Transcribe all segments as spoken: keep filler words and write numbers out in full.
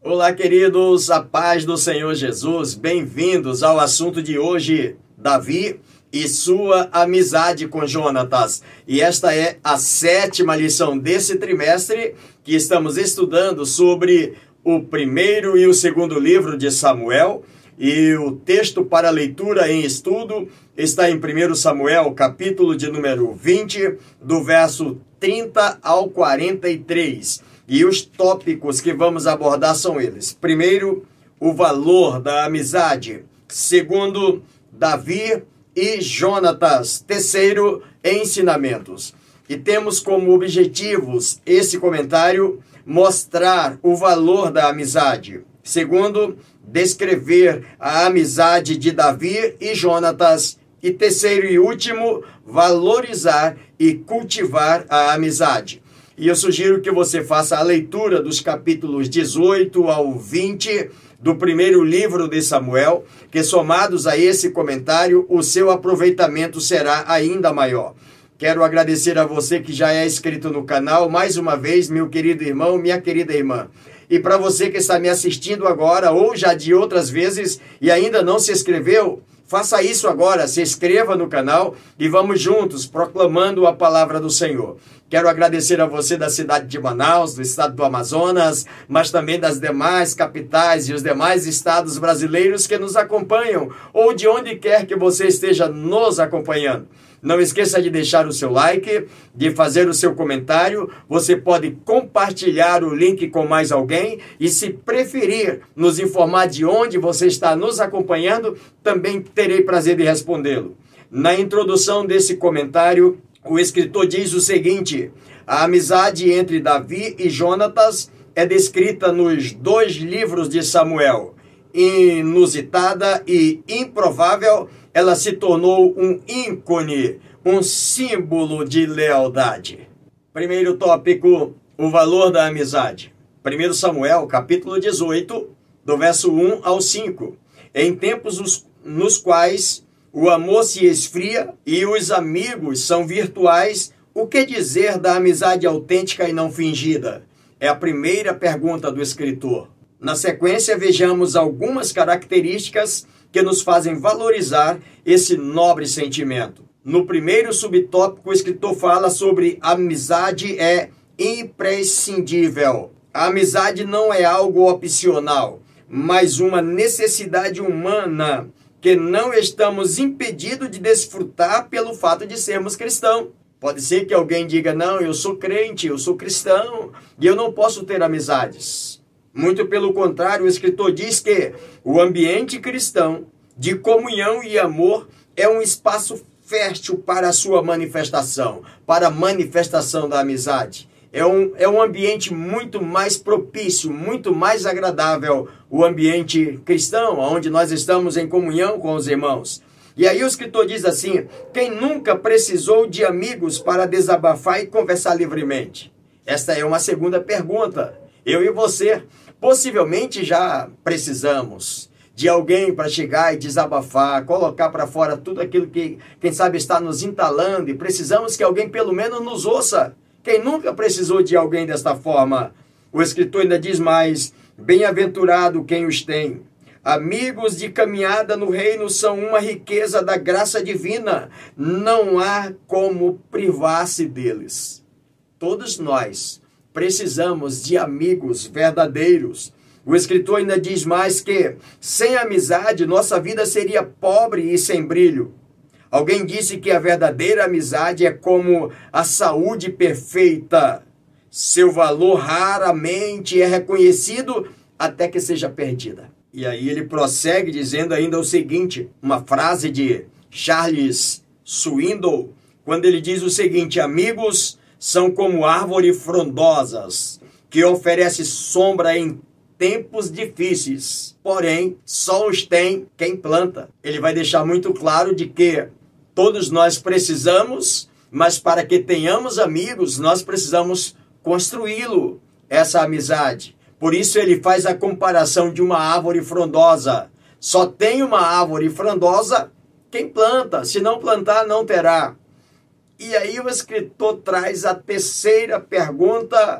Olá, queridos, a paz do Senhor Jesus, bem-vindos ao assunto de hoje, Davi e sua amizade com Jonatas. E esta é a sétima lição desse trimestre, que estamos estudando sobre o primeiro e o segundo livro de Samuel. E o texto para leitura em estudo está em primeiro Samuel, capítulo de número vinte, do verso trinta ao quarenta e três. E os tópicos que vamos abordar são eles. Primeiro, o valor da amizade. Segundo, Davi e Jonatas. Terceiro, ensinamentos. E temos como objetivos esse comentário mostrar o valor da amizade. Segundo, descrever a amizade de Davi e Jonatas. E terceiro e último, valorizar e cultivar a amizade. E eu sugiro que você faça a leitura dos capítulos dezoito ao vinte do primeiro livro de Samuel, que somados a esse comentário, o seu aproveitamento será ainda maior. Quero agradecer a você que já é inscrito no canal, mais uma vez, meu querido irmão, minha querida irmã. E para você que está me assistindo agora, ou já de outras vezes, e ainda não se inscreveu, faça isso agora, se inscreva no canal e vamos juntos proclamando a palavra do Senhor. Quero agradecer a você da cidade de Manaus, do estado do Amazonas, mas também das demais capitais e os demais estados brasileiros que nos acompanham, ou de onde quer que você esteja nos acompanhando. Não esqueça de deixar o seu like, de fazer o seu comentário. Você pode compartilhar o link com mais alguém e, se preferir, nos informar de onde você está nos acompanhando, também terei prazer de respondê-lo. Na introdução desse comentário, o escritor diz o seguinte: a amizade entre Davi e Jonatas é descrita nos dois livros de Samuel. Inusitada e improvável, ela se tornou um ícone, um símbolo de lealdade. Primeiro tópico, o valor da amizade. primeiro Samuel, capítulo dezoito, do verso um ao cinco. Em tempos nos, nos quais o amor se esfria e os amigos são virtuais, o que dizer da amizade autêntica e não fingida? É a primeira pergunta do escritor. Na sequência, vejamos algumas características que nos fazem valorizar esse nobre sentimento. No primeiro subtópico, o escritor fala sobre amizade é imprescindível. A amizade não é algo opcional, mas uma necessidade humana que não estamos impedidos de desfrutar pelo fato de sermos cristãos. Pode ser que alguém diga, não, eu sou crente, eu sou cristão e eu não posso ter amizades. Muito pelo contrário, o escritor diz que o ambiente cristão de comunhão e amor é um espaço fértil para a sua manifestação, para a manifestação da amizade. É um, é um ambiente muito mais propício, muito mais agradável, o ambiente cristão, onde nós estamos em comunhão com os irmãos. E aí o escritor diz assim, quem nunca precisou de amigos para desabafar e conversar livremente? Esta é uma segunda pergunta. Eu e você possivelmente já precisamos de alguém para chegar e desabafar, colocar para fora tudo aquilo que, quem sabe, está nos entalando, e precisamos que alguém pelo menos nos ouça. Quem nunca precisou de alguém desta forma? O escritor ainda diz mais, bem-aventurado quem os tem. Amigos de caminhada no reino são uma riqueza da graça divina. Não há como privar-se deles. Todos nós precisamos de amigos verdadeiros. O escritor ainda diz mais que, sem amizade, nossa vida seria pobre e sem brilho. Alguém disse que a verdadeira amizade é como a saúde perfeita. Seu valor raramente é reconhecido até que seja perdida. E aí ele prossegue dizendo ainda o seguinte, uma frase de Charles Swindoll, quando ele diz o seguinte, amigos são como árvores frondosas, que oferecem sombra em tempos difíceis, porém, só os tem quem planta. Ele vai deixar muito claro de que todos nós precisamos, mas para que tenhamos amigos, nós precisamos construí-lo, essa amizade. Por isso ele faz a comparação de uma árvore frondosa. Só tem uma árvore frondosa quem planta, se não plantar, não terá. E aí o escritor traz a terceira pergunta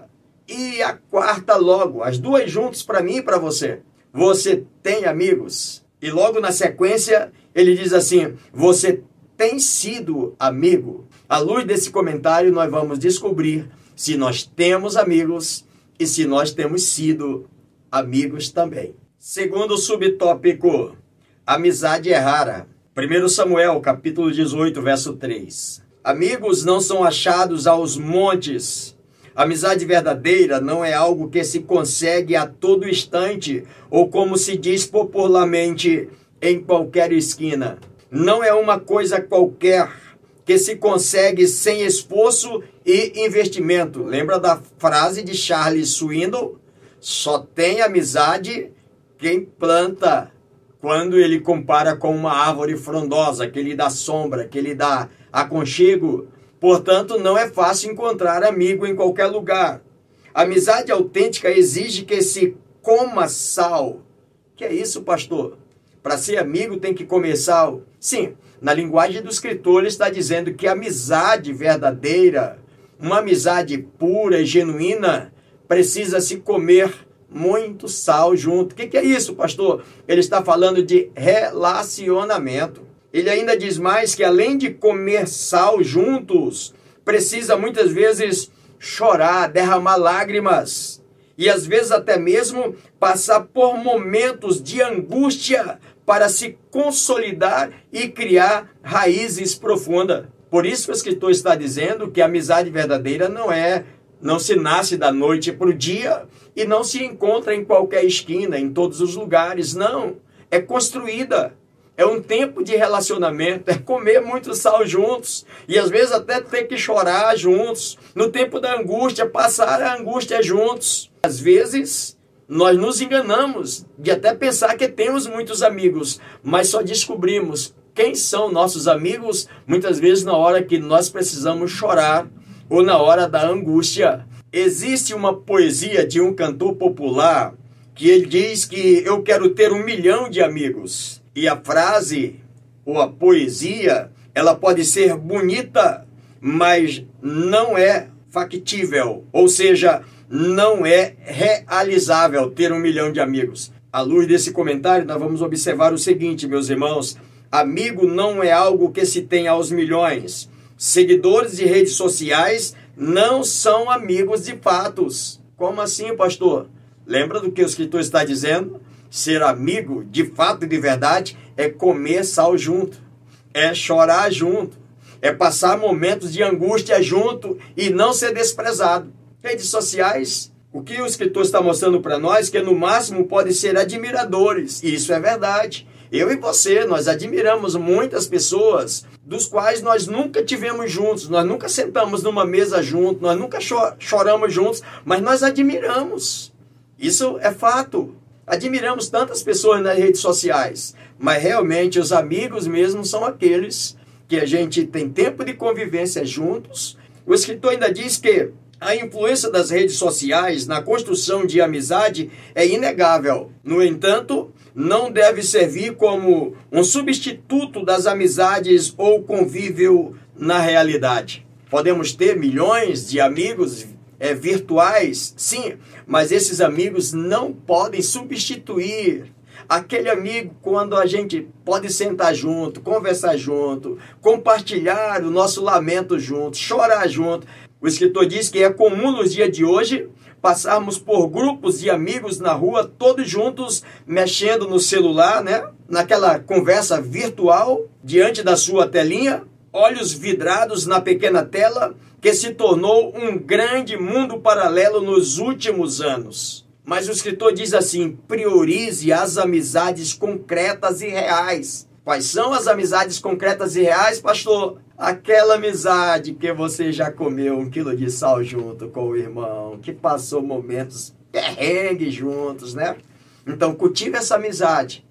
E a quarta logo, as duas juntas para mim e para você. Você tem amigos? E logo na sequência, ele diz assim, você tem sido amigo? À luz desse comentário, nós vamos descobrir se nós temos amigos e se nós temos sido amigos também. Segundo subtópico, amizade é rara. primeiro Samuel, capítulo dezoito, verso três. Amigos não são achados aos montes. Amizade verdadeira não é algo que se consegue a todo instante, ou como se diz popularmente, em qualquer esquina. Não é uma coisa qualquer que se consegue sem esforço e investimento. Lembra da frase de Charles Swindoll? Só tem amizade quem planta, quando ele compara com uma árvore frondosa, que lhe dá sombra, que lhe dá aconchego. Portanto, não é fácil encontrar amigo em qualquer lugar. A amizade autêntica exige que se coma sal. Que é isso, pastor? Para ser amigo tem que comer sal? Sim, na linguagem do escritor ele está dizendo que a amizade verdadeira, uma amizade pura e genuína, precisa se comer muito sal junto. O que, que é isso, pastor? Ele está falando de relacionamento. Ele ainda diz mais que além de comer sal juntos, precisa muitas vezes chorar, derramar lágrimas e às vezes até mesmo passar por momentos de angústia para se consolidar e criar raízes profundas. Por isso que o escritor está dizendo que a amizade verdadeira não é, não se nasce da noite para o dia e não se encontra em qualquer esquina, em todos os lugares, não. É construída. É um tempo de relacionamento, é comer muito sal juntos, e às vezes até ter que chorar juntos, no tempo da angústia, passar a angústia juntos. Às vezes, nós nos enganamos de até pensar que temos muitos amigos, mas só descobrimos quem são nossos amigos, muitas vezes na hora que nós precisamos chorar, ou na hora da angústia. Existe uma poesia de um cantor popular, que ele diz que eu quero ter um milhão de amigos. E a frase, ou a poesia, ela pode ser bonita, mas não é factível. Ou seja, não é realizável ter um milhão de amigos. À luz desse comentário, nós vamos observar o seguinte, meus irmãos. Amigo não é algo que se tem aos milhões. Seguidores de redes sociais não são amigos de fatos. Como assim, pastor? Lembra do que o escritor está dizendo? Ser amigo, de fato e de verdade, é comer sal junto, é chorar junto, é passar momentos de angústia junto e não ser desprezado. Redes sociais, o que o escritor está mostrando para nós, que no máximo podem ser admiradores, e isso é verdade. Eu e você, nós admiramos muitas pessoas, dos quais nós nunca tivemos juntos, nós nunca sentamos numa mesa juntos, nós nunca cho- choramos juntos, mas nós admiramos. Isso é fato. Admiramos tantas pessoas nas redes sociais, mas realmente os amigos mesmo são aqueles que a gente tem tempo de convivência juntos. O escritor ainda diz que a influência das redes sociais na construção de amizade é inegável. No entanto, não deve servir como um substituto das amizades ou convívio na realidade. Podemos ter milhões de amigos É, virtuais, sim, mas esses amigos não podem substituir aquele amigo quando a gente pode sentar junto, conversar junto, compartilhar o nosso lamento junto, chorar junto. O escritor diz que é comum nos dias de hoje passarmos por grupos de amigos na rua, todos juntos, mexendo no celular, né? Naquela conversa virtual, diante da sua telinha, olhos vidrados na pequena tela, que se tornou um grande mundo paralelo nos últimos anos. Mas o escritor diz assim, priorize as amizades concretas e reais. Quais são as amizades concretas e reais, pastor? Aquela amizade que você já comeu um quilo de sal junto com o irmão, que passou momentos perrengues juntos, né? Então, cultive essa amizade.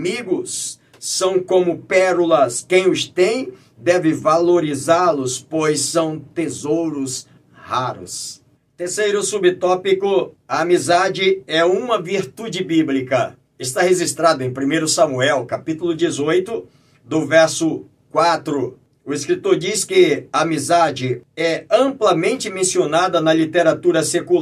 Amigos são como pérolas, quem os tem deve valorizá-los, pois são tesouros raros. Terceiro subtópico, a amizade é uma virtude bíblica. Está registrado em primeiro Samuel, capítulo dezoito, do verso quatro. O escritor diz que a amizade é amplamente mencionada na literatura secular.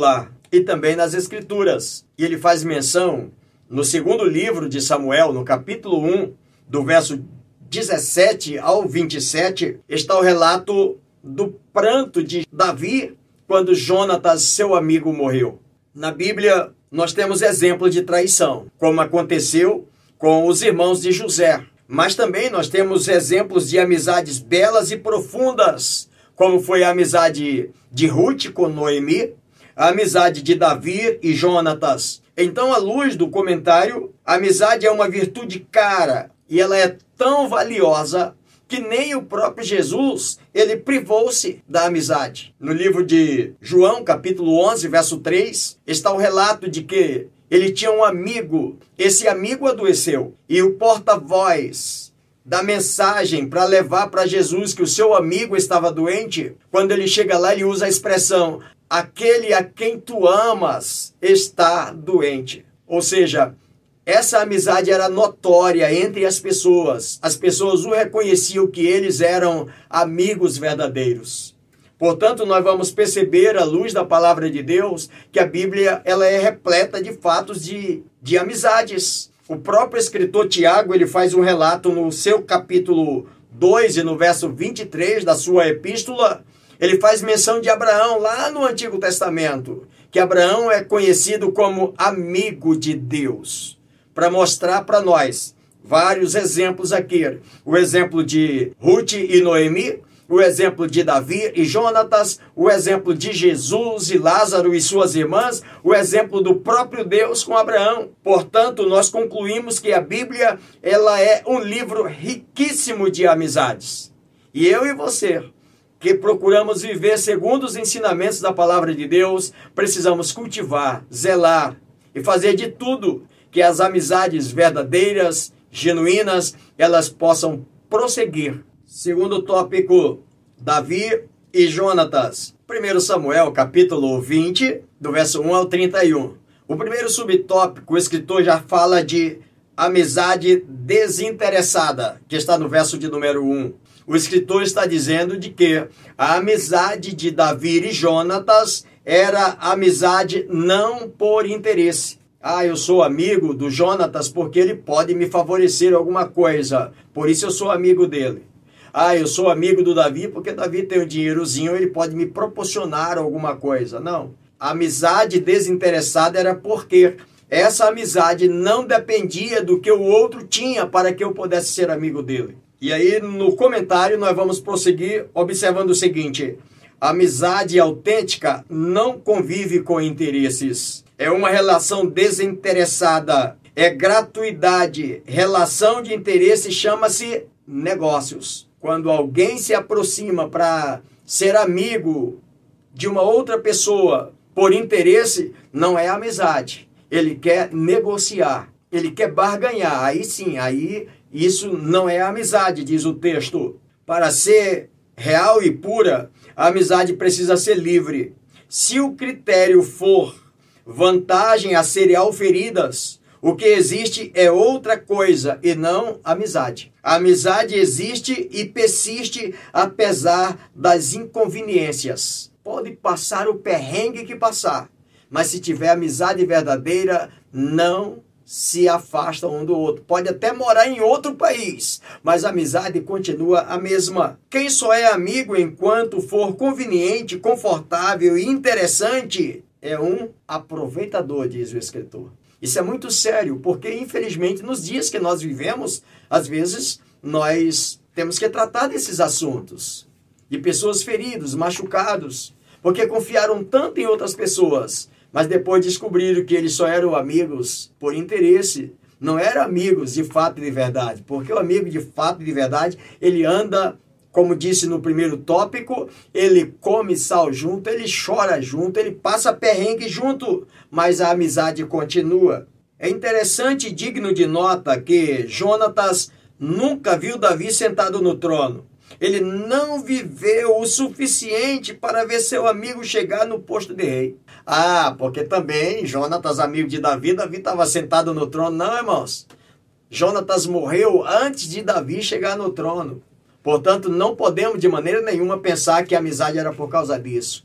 e também nas Escrituras. E ele faz menção no segundo livro de Samuel, no capítulo um, do verso dezessete ao vinte e sete, está o relato do pranto de Davi quando Jonatas, seu amigo, morreu. Na Bíblia, nós temos exemplo de traição, como aconteceu com os irmãos de José. Mas também nós temos exemplos de amizades belas e profundas, como foi a amizade de Ruth com Noemi, a amizade de Davi e Jonatas. Então, à luz do comentário, a amizade é uma virtude cara e ela é tão valiosa que nem o próprio Jesus, ele privou-se da amizade. No livro de João, capítulo onze, verso três, está o relato de que ele tinha um amigo, esse amigo adoeceu, e o porta-voz da mensagem para levar para Jesus que o seu amigo estava doente, quando ele chega lá, ele usa a expressão, aquele a quem tu amas está doente. Ou seja, essa amizade era notória entre as pessoas. As pessoas o reconheciam que eles eram amigos verdadeiros. Portanto, nós vamos perceber, à luz da palavra de Deus, que a Bíblia ela é repleta de fatos de, de amizades. O próprio escritor Tiago ele faz um relato no seu capítulo dois e no verso vinte e três da sua epístola. Ele faz menção de Abraão lá no Antigo Testamento, que Abraão é conhecido como amigo de Deus, para mostrar para nós vários exemplos aqui. O exemplo de Ruth e Noemi, o exemplo de Davi e Jonatas, o exemplo de Jesus e Lázaro e suas irmãs, o exemplo do próprio Deus com Abraão. Portanto, nós concluímos que a Bíblia ela é um livro riquíssimo de amizades. E eu e você, que procuramos viver segundo os ensinamentos da palavra de Deus, precisamos cultivar, zelar e fazer de tudo que as amizades verdadeiras, genuínas, elas possam prosseguir. Segundo tópico, Davi e Jonatas. primeiro Samuel, capítulo vinte, do verso um ao trinta e um. O primeiro subtópico, o escritor já fala de amizade desinteressada, que está no verso de número um. O escritor está dizendo de que a amizade de Davi e Jonatas era amizade não por interesse. Ah, eu sou amigo do Jonatas porque ele pode me favorecer alguma coisa, por isso eu sou amigo dele. Ah, eu sou amigo do Davi porque Davi tem um dinheirozinho, ele pode me proporcionar alguma coisa. Não, a amizade desinteressada era porque essa amizade não dependia do que o outro tinha para que eu pudesse ser amigo dele. E aí, no comentário, nós vamos prosseguir observando o seguinte: a amizade autêntica não convive com interesses. É uma relação desinteressada, é gratuidade. Relação de interesse chama-se negócios. Quando alguém se aproxima para ser amigo de uma outra pessoa por interesse, não é amizade. Ele quer negociar, ele quer barganhar. Aí sim, aí isso não é amizade, diz o texto. Para ser real e pura, a amizade precisa ser livre. Se o critério for vantagem a serem auferidas, o que existe é outra coisa e não amizade. A amizade existe e persiste apesar das inconveniências. Pode passar o perrengue que passar, mas se tiver amizade verdadeira, não se afasta um do outro. Pode até morar em outro país, mas a amizade continua a mesma. Quem só é amigo enquanto for conveniente, confortável e interessante é um aproveitador, diz o escritor. Isso é muito sério, porque infelizmente nos dias que nós vivemos, às vezes nós temos que tratar desses assuntos, de pessoas feridas, machucados, porque confiaram tanto em outras pessoas, mas depois descobriram que eles só eram amigos por interesse, não eram amigos de fato e de verdade, porque o amigo de fato e de verdade, ele anda, como disse no primeiro tópico, ele come sal junto, ele chora junto, ele passa perrengue junto, mas a amizade continua. É interessante e digno de nota que Jonatas nunca viu Davi sentado no trono. Ele não viveu o suficiente para ver seu amigo chegar no posto de rei. Ah, porque também Jonatas, amigo de Davi, Davi estava sentado no trono. Não, irmãos. Jonatas morreu antes de Davi chegar no trono. Portanto, não podemos de maneira nenhuma pensar que a amizade era por causa disso.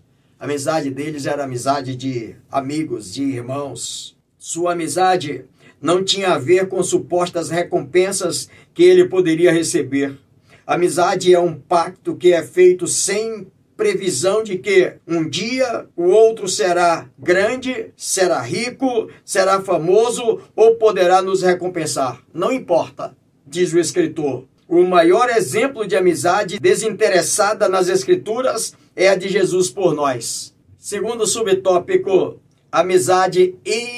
A amizade deles era amizade de amigos, de irmãos. Sua amizade não tinha a ver com supostas recompensas que ele poderia receber. Amizade é um pacto que é feito sem previsão de que um dia o outro será grande, será rico, será famoso ou poderá nos recompensar. Não importa, diz o escritor. O maior exemplo de amizade desinteressada nas Escrituras é a de Jesus por nós. Segundo subtópico, amizade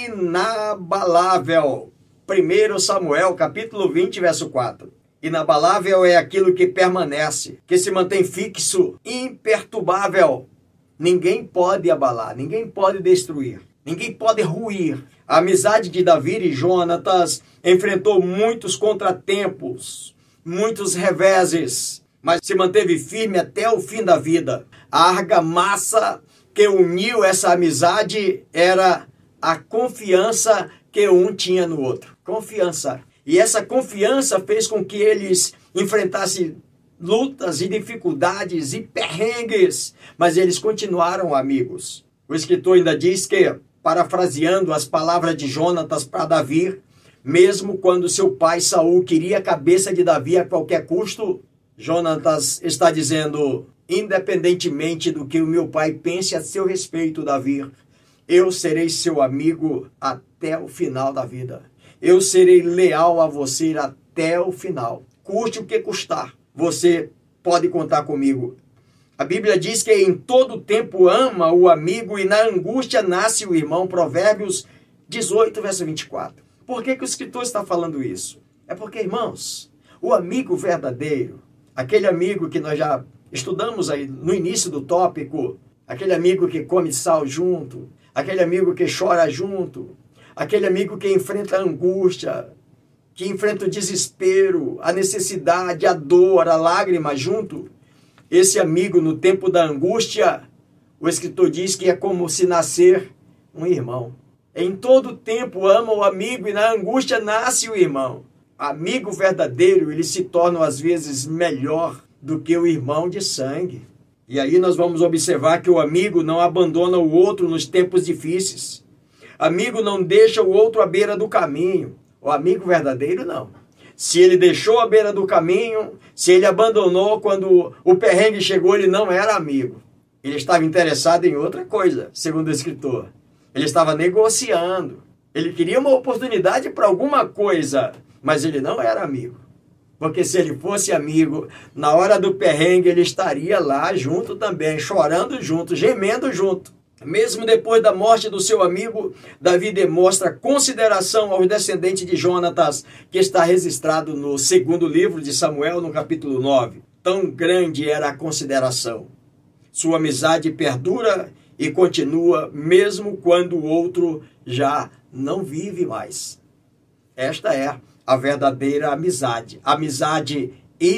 inabalável. primeiro Samuel, capítulo vinte, verso quatro. Inabalável é aquilo que permanece, que se mantém fixo, imperturbável. Ninguém pode abalar, ninguém pode destruir, ninguém pode ruir. A amizade de Davi e Jonatas enfrentou muitos contratempos, muitos reveses, mas se manteve firme até o fim da vida. A argamassa que uniu essa amizade era a confiança que um tinha no outro. Confiança. E essa confiança fez com que eles enfrentassem lutas e dificuldades e perrengues, mas eles continuaram amigos. O escritor ainda diz que, parafraseando as palavras de Jonatas para Davi, mesmo quando seu pai Saul queria a cabeça de Davi a qualquer custo, Jonatas está dizendo: independentemente do que o meu pai pense a seu respeito, Davi, eu serei seu amigo até o final da vida. Eu serei leal a você até o final. Custe o que custar, você pode contar comigo. A Bíblia diz que em todo tempo ama o amigo e na angústia nasce o irmão. Provérbios dezoito, verso vinte e quatro. Por que que o escritor está falando isso? É porque, irmãos, o amigo verdadeiro, aquele amigo que nós já estudamos aí no início do tópico, aquele amigo que come sal junto, aquele amigo que chora junto, aquele amigo que enfrenta a angústia, que enfrenta o desespero, a necessidade, a dor, a lágrima junto. Esse amigo, no tempo da angústia, o escritor diz que é como se nascer um irmão. Em todo tempo ama o amigo e na angústia nasce o irmão. Amigo verdadeiro, ele se torna às vezes melhor do que o irmão de sangue. E aí nós vamos observar que o amigo não abandona o outro nos tempos difíceis. Amigo não deixa o outro à beira do caminho. O amigo verdadeiro, não. Se ele deixou à beira do caminho, se ele abandonou quando o perrengue chegou, ele não era amigo. Ele estava interessado em outra coisa, segundo o escritor. Ele estava negociando. Ele queria uma oportunidade para alguma coisa, mas ele não era amigo. Porque se ele fosse amigo, na hora do perrengue, ele estaria lá junto também, chorando junto, gemendo junto. Mesmo depois da morte do seu amigo, Davi demonstra consideração aos descendentes de Jonatas, que está registrado no segundo livro de Samuel, no capítulo nove. Tão grande era a consideração. Sua amizade perdura e continua mesmo quando o outro já não vive mais. Esta é a verdadeira amizade. Amizade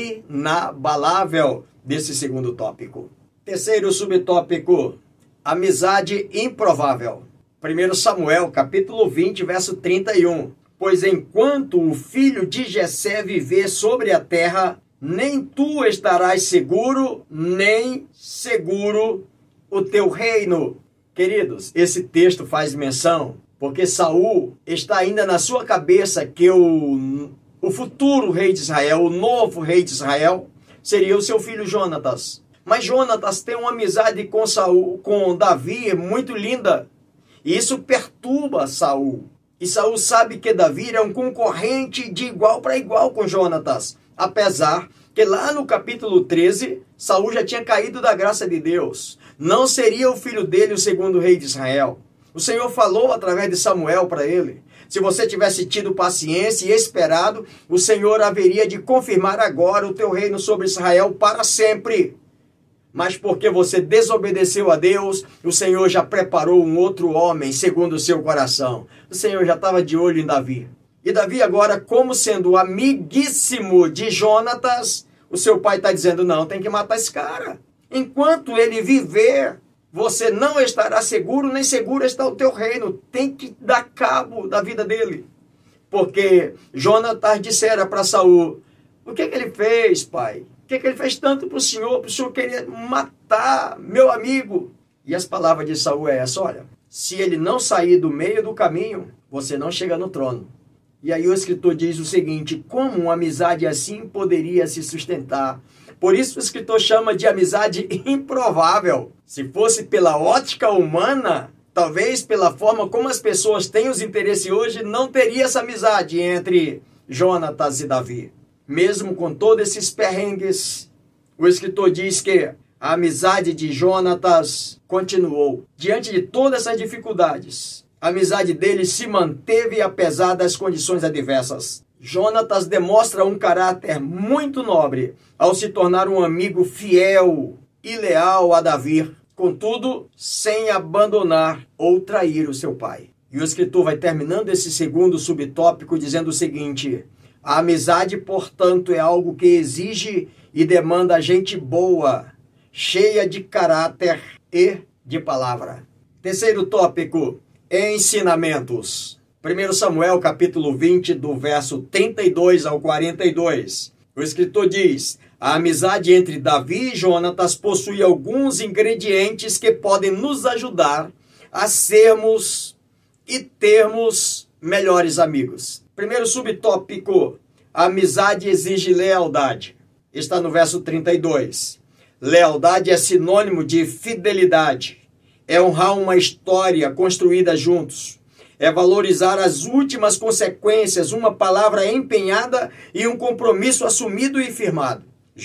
inabalável desse segundo tópico. Terceiro subtópico. Amizade improvável. primeiro Samuel, capítulo vinte, verso trinta e um. Pois enquanto o filho de Jessé viver sobre a terra, nem tu estarás seguro, nem seguro o teu reino. Queridos, esse texto faz menção, porque Saul está ainda na sua cabeça que o, o futuro rei de Israel, o novo rei de Israel, seria o seu filho Jonatas. Mas Jonatas tem uma amizade com Saul, com Davi, muito linda. E isso perturba Saul. E Saul sabe que Davi é um concorrente de igual para igual com Jonatas. Apesar que lá no capítulo treze, Saul já tinha caído da graça de Deus. Não seria o filho dele o segundo rei de Israel. O Senhor falou através de Samuel para ele. Se você tivesse tido paciência e esperado, o Senhor haveria de confirmar agora o teu reino sobre Israel para sempre. Mas porque você desobedeceu a Deus, o Senhor já preparou um outro homem segundo o seu coração. O Senhor já estava de olho em Davi. E Davi agora, como sendo amiguíssimo de Jonatas, o seu pai está dizendo, não, tem que matar esse cara. Enquanto ele viver, você não estará seguro, nem seguro está o teu reino. Tem que dar cabo da vida dele. Porque Jonatas dissera para Saul, o que, que ele fez, pai? O que, que ele fez tanto para o senhor, para o senhor querer matar meu amigo? E as palavras de Saul é essa, olha, se ele não sair do meio do caminho, você não chega no trono. E aí o escritor diz o seguinte, como uma amizade assim poderia se sustentar? Por isso o escritor chama de amizade improvável. Se fosse pela ótica humana, talvez pela forma como as pessoas têm os interesses hoje, não teria essa amizade entre Jonatas e Davi. Mesmo com todos esses perrengues, o escritor diz que a amizade de Jonatas continuou. Diante de todas essas dificuldades, a amizade dele se manteve apesar das condições adversas. Jonatas demonstra um caráter muito nobre ao se tornar um amigo fiel e leal a Davi, contudo, sem abandonar ou trair o seu pai. E o escritor vai terminando esse segundo subtópico dizendo o seguinte, a amizade, portanto, é algo que exige e demanda gente boa, cheia de caráter e de palavra. Terceiro tópico, ensinamentos. primeiro Samuel, capítulo vinte, do verso trinta e dois ao quarenta e dois. O escritor diz, a amizade entre Davi e Jonatas possui alguns ingredientes que podem nos ajudar a sermos e termos melhores amigos. Primeiro subtópico, a amizade exige lealdade. Está no verso trinta e dois. Lealdade é sinônimo de fidelidade. É honrar uma história construída juntos. É valorizar as últimas consequências, uma palavra empenhada e um compromisso assumido e firmado.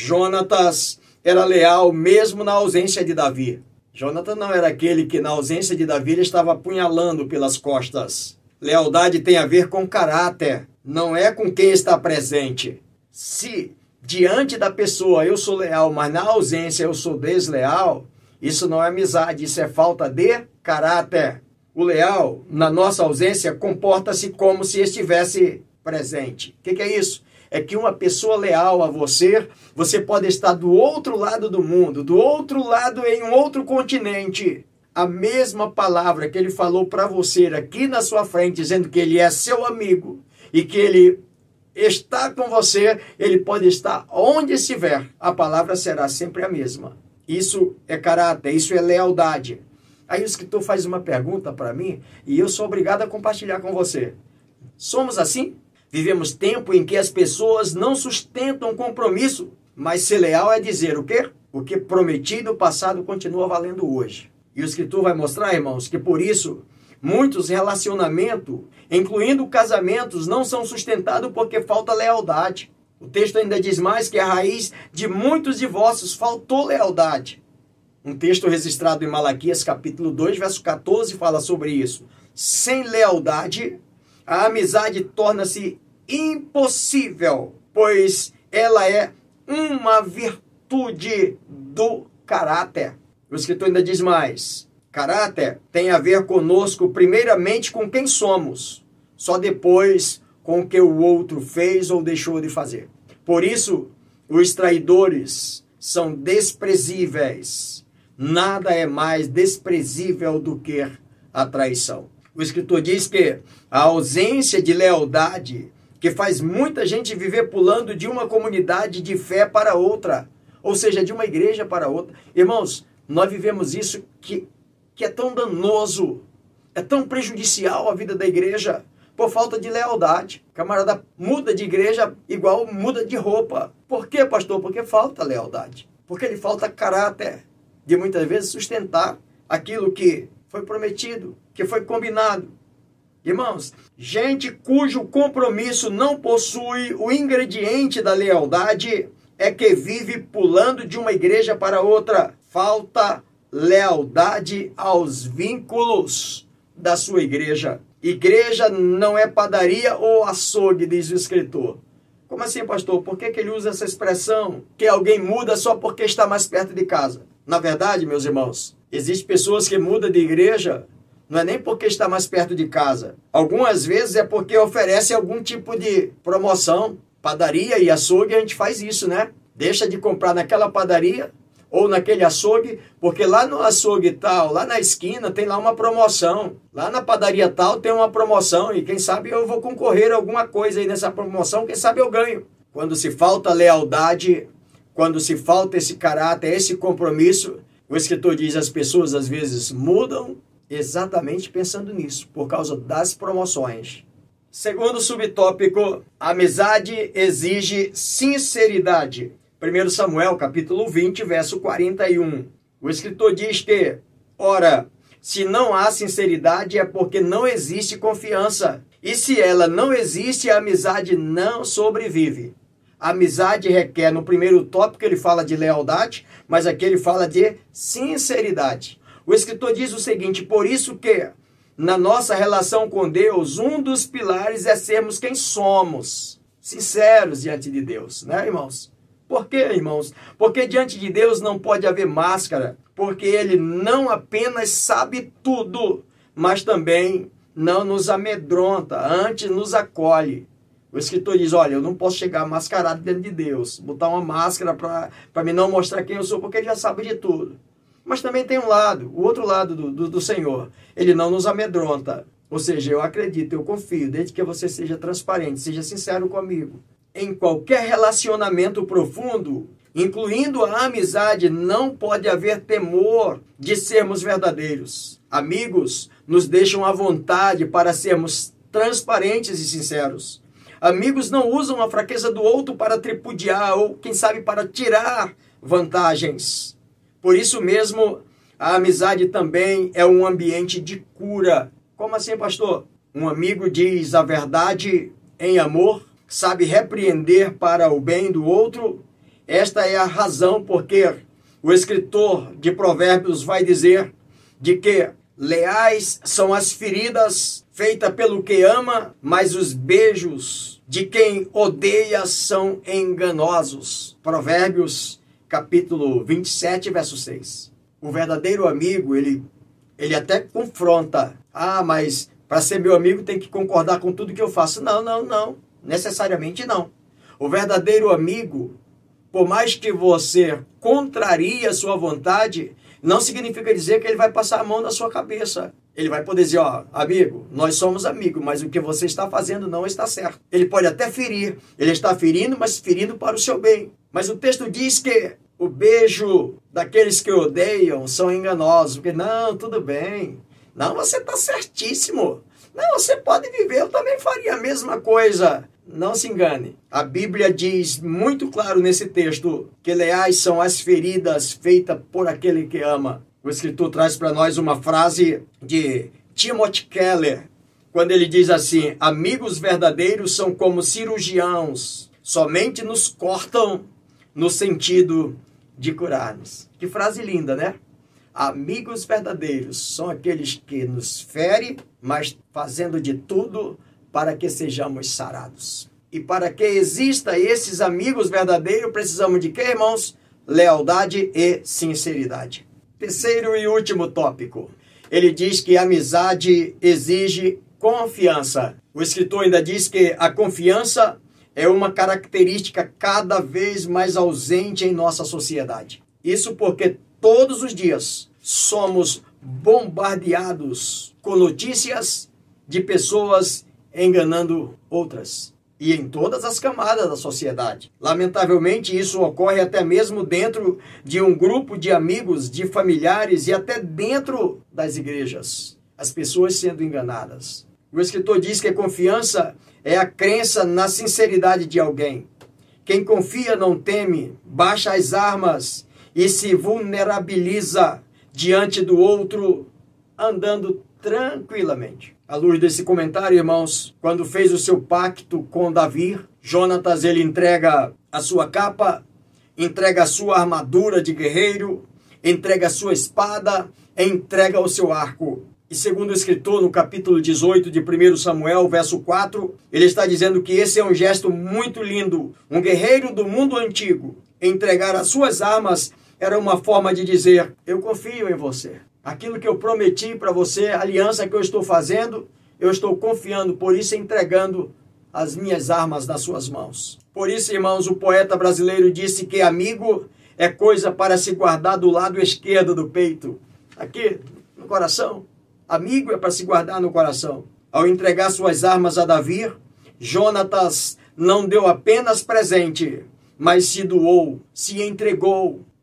Jonatas era leal mesmo na ausência de Davi. Jonatas não era aquele que na ausência de Davi ele estava apunhalando pelas costas. Lealdade tem a ver com caráter, não é com quem está presente. Se diante da pessoa eu sou leal, mas na ausência eu sou desleal, isso não é amizade, isso é falta de caráter. O leal, na nossa ausência, comporta-se como se estivesse presente. O que, que é isso? É que uma pessoa leal a você, você pode estar do outro lado do mundo, do outro lado em um outro continente. A mesma palavra que ele falou para você aqui na sua frente, dizendo que ele é seu amigo e que ele está com você, ele pode estar onde estiver. A palavra será sempre a mesma. Isso é caráter, isso é lealdade. Aí o escritor faz uma pergunta para mim e eu sou obrigado a compartilhar com você. Somos assim? Vivemos tempo em que as pessoas não sustentam compromisso, mas ser leal é dizer o quê? O que prometi no passado continua valendo hoje. E o escritor vai mostrar, irmãos, que por isso muitos relacionamentos, incluindo casamentos, não são sustentados porque falta lealdade. O texto ainda diz mais que a raiz de muitos divórcios faltou lealdade. Um texto registrado em Malaquias, capítulo dois, verso quatorze, fala sobre isso. Sem lealdade, a amizade torna-se impossível, pois ela é uma virtude do caráter. O escritor ainda diz mais. Caráter tem a ver conosco, primeiramente, com quem somos. Só depois com o que o outro fez ou deixou de fazer. Por isso, os traidores são desprezíveis. Nada é mais desprezível do que a traição. O escritor diz que a ausência de lealdade, que faz muita gente viver pulando de uma comunidade de fé para outra, ou seja, de uma igreja para outra. Irmãos, nós vivemos isso que, que é tão danoso, é tão prejudicial à vida da igreja, por falta de lealdade. O camarada muda de igreja igual muda de roupa. Por quê, pastor? Porque falta lealdade. Porque lhe falta caráter de muitas vezes sustentar aquilo que foi prometido, que foi combinado. Irmãos, gente cujo compromisso não possui o ingrediente da lealdade é que vive pulando de uma igreja para outra. Falta lealdade aos vínculos da sua igreja. Igreja não é padaria ou açougue, diz o escritor. Como assim, pastor? Por que, que ele usa essa expressão? Que alguém muda só porque está mais perto de casa. Na verdade, meus irmãos, existem pessoas que mudam de igreja, não é nem porque está mais perto de casa. Algumas vezes é porque oferece algum tipo de promoção. Padaria e açougue, a gente faz isso, né? Deixa de comprar naquela padaria ou naquele açougue, porque lá no açougue tal, lá na esquina, tem lá uma promoção. Lá na padaria tal tem uma promoção e quem sabe eu vou concorrer a alguma coisa aí nessa promoção, quem sabe eu ganho. Quando se falta lealdade, quando se falta esse caráter, esse compromisso, O escritor diz: as pessoas às vezes mudam exatamente pensando nisso, por causa das promoções. Segundo subtópico, a amizade exige sinceridade. primeiro Samuel, capítulo vinte, verso quarenta e um. O escritor diz que, ora, se não há sinceridade é porque não existe confiança. E se ela não existe, a amizade não sobrevive. A amizade requer, no primeiro tópico ele fala de lealdade, mas aqui ele fala de sinceridade. O escritor diz o seguinte: por isso que, na nossa relação com Deus, um dos pilares é sermos quem somos, sinceros diante de Deus, né, irmãos? Por quê, irmãos? Porque diante de Deus não pode haver máscara, porque Ele não apenas sabe tudo, mas também não nos amedronta, antes nos acolhe. O escritor diz: olha, eu não posso chegar mascarado dentro de Deus, botar uma máscara para me não mostrar quem eu sou, porque Ele já sabe de tudo. Mas também tem um lado, o outro lado do, do, do Senhor. Ele não nos amedronta. Ou seja, eu acredito, eu confio, desde que você seja transparente, seja sincero comigo. Em qualquer relacionamento profundo, incluindo a amizade, não pode haver temor de sermos verdadeiros. Amigos nos deixam à vontade para sermos transparentes e sinceros. Amigos não usam a fraqueza do outro para tripudiar ou, quem sabe, para tirar vantagens. Por isso mesmo, a amizade também é um ambiente de cura. Como assim, pastor? Um amigo diz a verdade em amor, sabe repreender para o bem do outro. Esta é a razão porque o escritor de Provérbios vai dizer de que leais são as feridas feitas pelo que ama, mas os beijos de quem odeia são enganosos. Provérbios capítulo vinte e sete, verso seis. O verdadeiro amigo, ele, ele até confronta. Ah, mas para ser meu amigo tem que concordar com tudo que eu faço. Não, não, não. Necessariamente não. O verdadeiro amigo, por mais que você contrarie a sua vontade, não significa dizer que ele vai passar a mão na sua cabeça. Ele vai poder dizer: ó, amigo, nós somos amigos, mas o que você está fazendo não está certo. Ele pode até ferir. Ele está ferindo, mas ferindo para o seu bem. Mas o texto diz que o beijo daqueles que odeiam são enganosos. Porque, não, tudo bem. Não, você está certíssimo. Não, você pode viver, eu também faria a mesma coisa. Não se engane. A Bíblia diz muito claro nesse texto que leais são as feridas feitas por aquele que ama. O escritor traz para nós uma frase de Timothy Keller, quando ele diz assim: amigos verdadeiros são como cirurgiãos, somente nos cortam no sentido de curar-nos. Que frase linda, né? Amigos verdadeiros são aqueles que nos ferem, mas fazendo de tudo para que sejamos sarados. E para que exista esses amigos verdadeiros, precisamos de quê, irmãos? Lealdade e sinceridade. Terceiro e último tópico. Ele diz que a amizade exige confiança. O escritor ainda diz que a confiança é uma característica cada vez mais ausente em nossa sociedade. Isso porque todos os dias somos bombardeados com notícias de pessoas enganando outras. E em todas as camadas da sociedade. Lamentavelmente, isso ocorre até mesmo dentro de um grupo de amigos, de familiares e até dentro das igrejas. As pessoas sendo enganadas. O escritor diz que a confiança é a crença na sinceridade de alguém. Quem confia não teme, baixa as armas e se vulnerabiliza diante do outro, andando tranquilamente. À luz desse comentário, irmãos, quando fez o seu pacto com Davi, Jonatas, ele entrega a sua capa, entrega a sua armadura de guerreiro, entrega a sua espada, entrega o seu arco. E segundo o escritor, no capítulo dezoito de primeiro Samuel, verso quatro, ele está dizendo que esse é um gesto muito lindo. Um guerreiro do mundo antigo entregar as suas armas era uma forma de dizer: eu confio em você. Aquilo que eu prometi para você, a aliança que eu estou fazendo, eu estou confiando, por isso entregando as minhas armas nas suas mãos. Por isso, irmãos, o poeta brasileiro disse que amigo é coisa para se guardar do lado esquerdo do peito. Aqui, no coração. Amigo é para se guardar no coração. Ao entregar suas armas a Davi, Jonatas não deu apenas presente, mas se doou, se entregou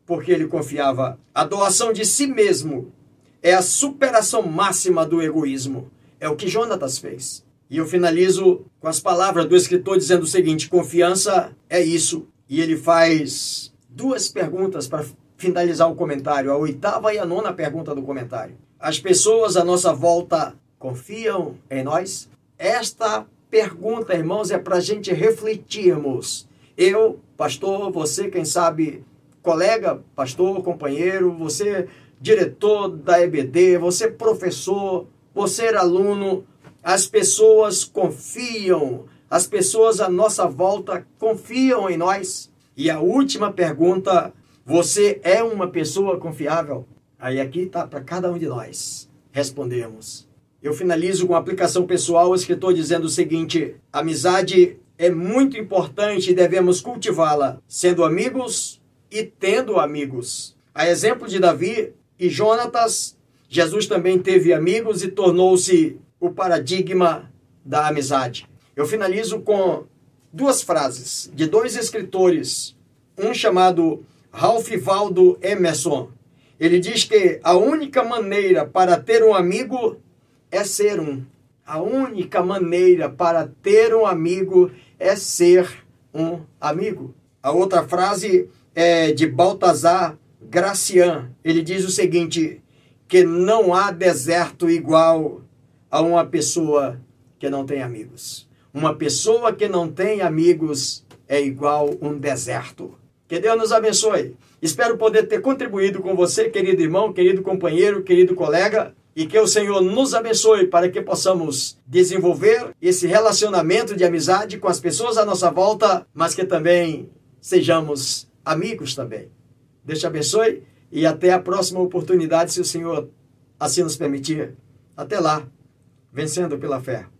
porque ele confiava. A doação de si mesmo é a superação máxima do egoísmo. É o que Jonatas fez. E eu finalizo com as palavras do escritor dizendo o seguinte: confiança é isso. E ele faz duas perguntas para finalizar o comentário, a oitava e a nona pergunta do comentário. As pessoas à nossa volta confiam em nós? Esta pergunta, irmãos, é para a gente refletirmos. Eu, pastor, você, quem sabe, colega, pastor, companheiro, você, diretor da E B D, você, professor, você, aluno, as pessoas confiam, as pessoas à nossa volta confiam em nós. E a última pergunta: você é uma pessoa confiável? Aí aqui está para cada um de nós respondermos. Eu finalizo com a aplicação pessoal, o escritor dizendo o seguinte: amizade é muito importante e devemos cultivá-la, sendo amigos e tendo amigos. A exemplo de Davi e Jonatas, Jesus também teve amigos e tornou-se o paradigma da amizade. Eu finalizo com duas frases de dois escritores, um chamado Ralph Waldo Emerson. Ele diz que a única maneira para ter um amigo é ser um. A única maneira para ter um amigo é ser um amigo. A outra frase é de Baltazar Gracian. Ele diz o seguinte: que não há deserto igual a uma pessoa que não tem amigos. Uma pessoa que não tem amigos é igual um deserto. Que Deus nos abençoe. Espero poder ter contribuído com você, querido irmão, querido companheiro, querido colega, e que o Senhor nos abençoe para que possamos desenvolver esse relacionamento de amizade com as pessoas à nossa volta, mas que também sejamos amigos também. Deus te abençoe e até a próxima oportunidade, se o Senhor assim nos permitir. Até lá, vencendo pela fé.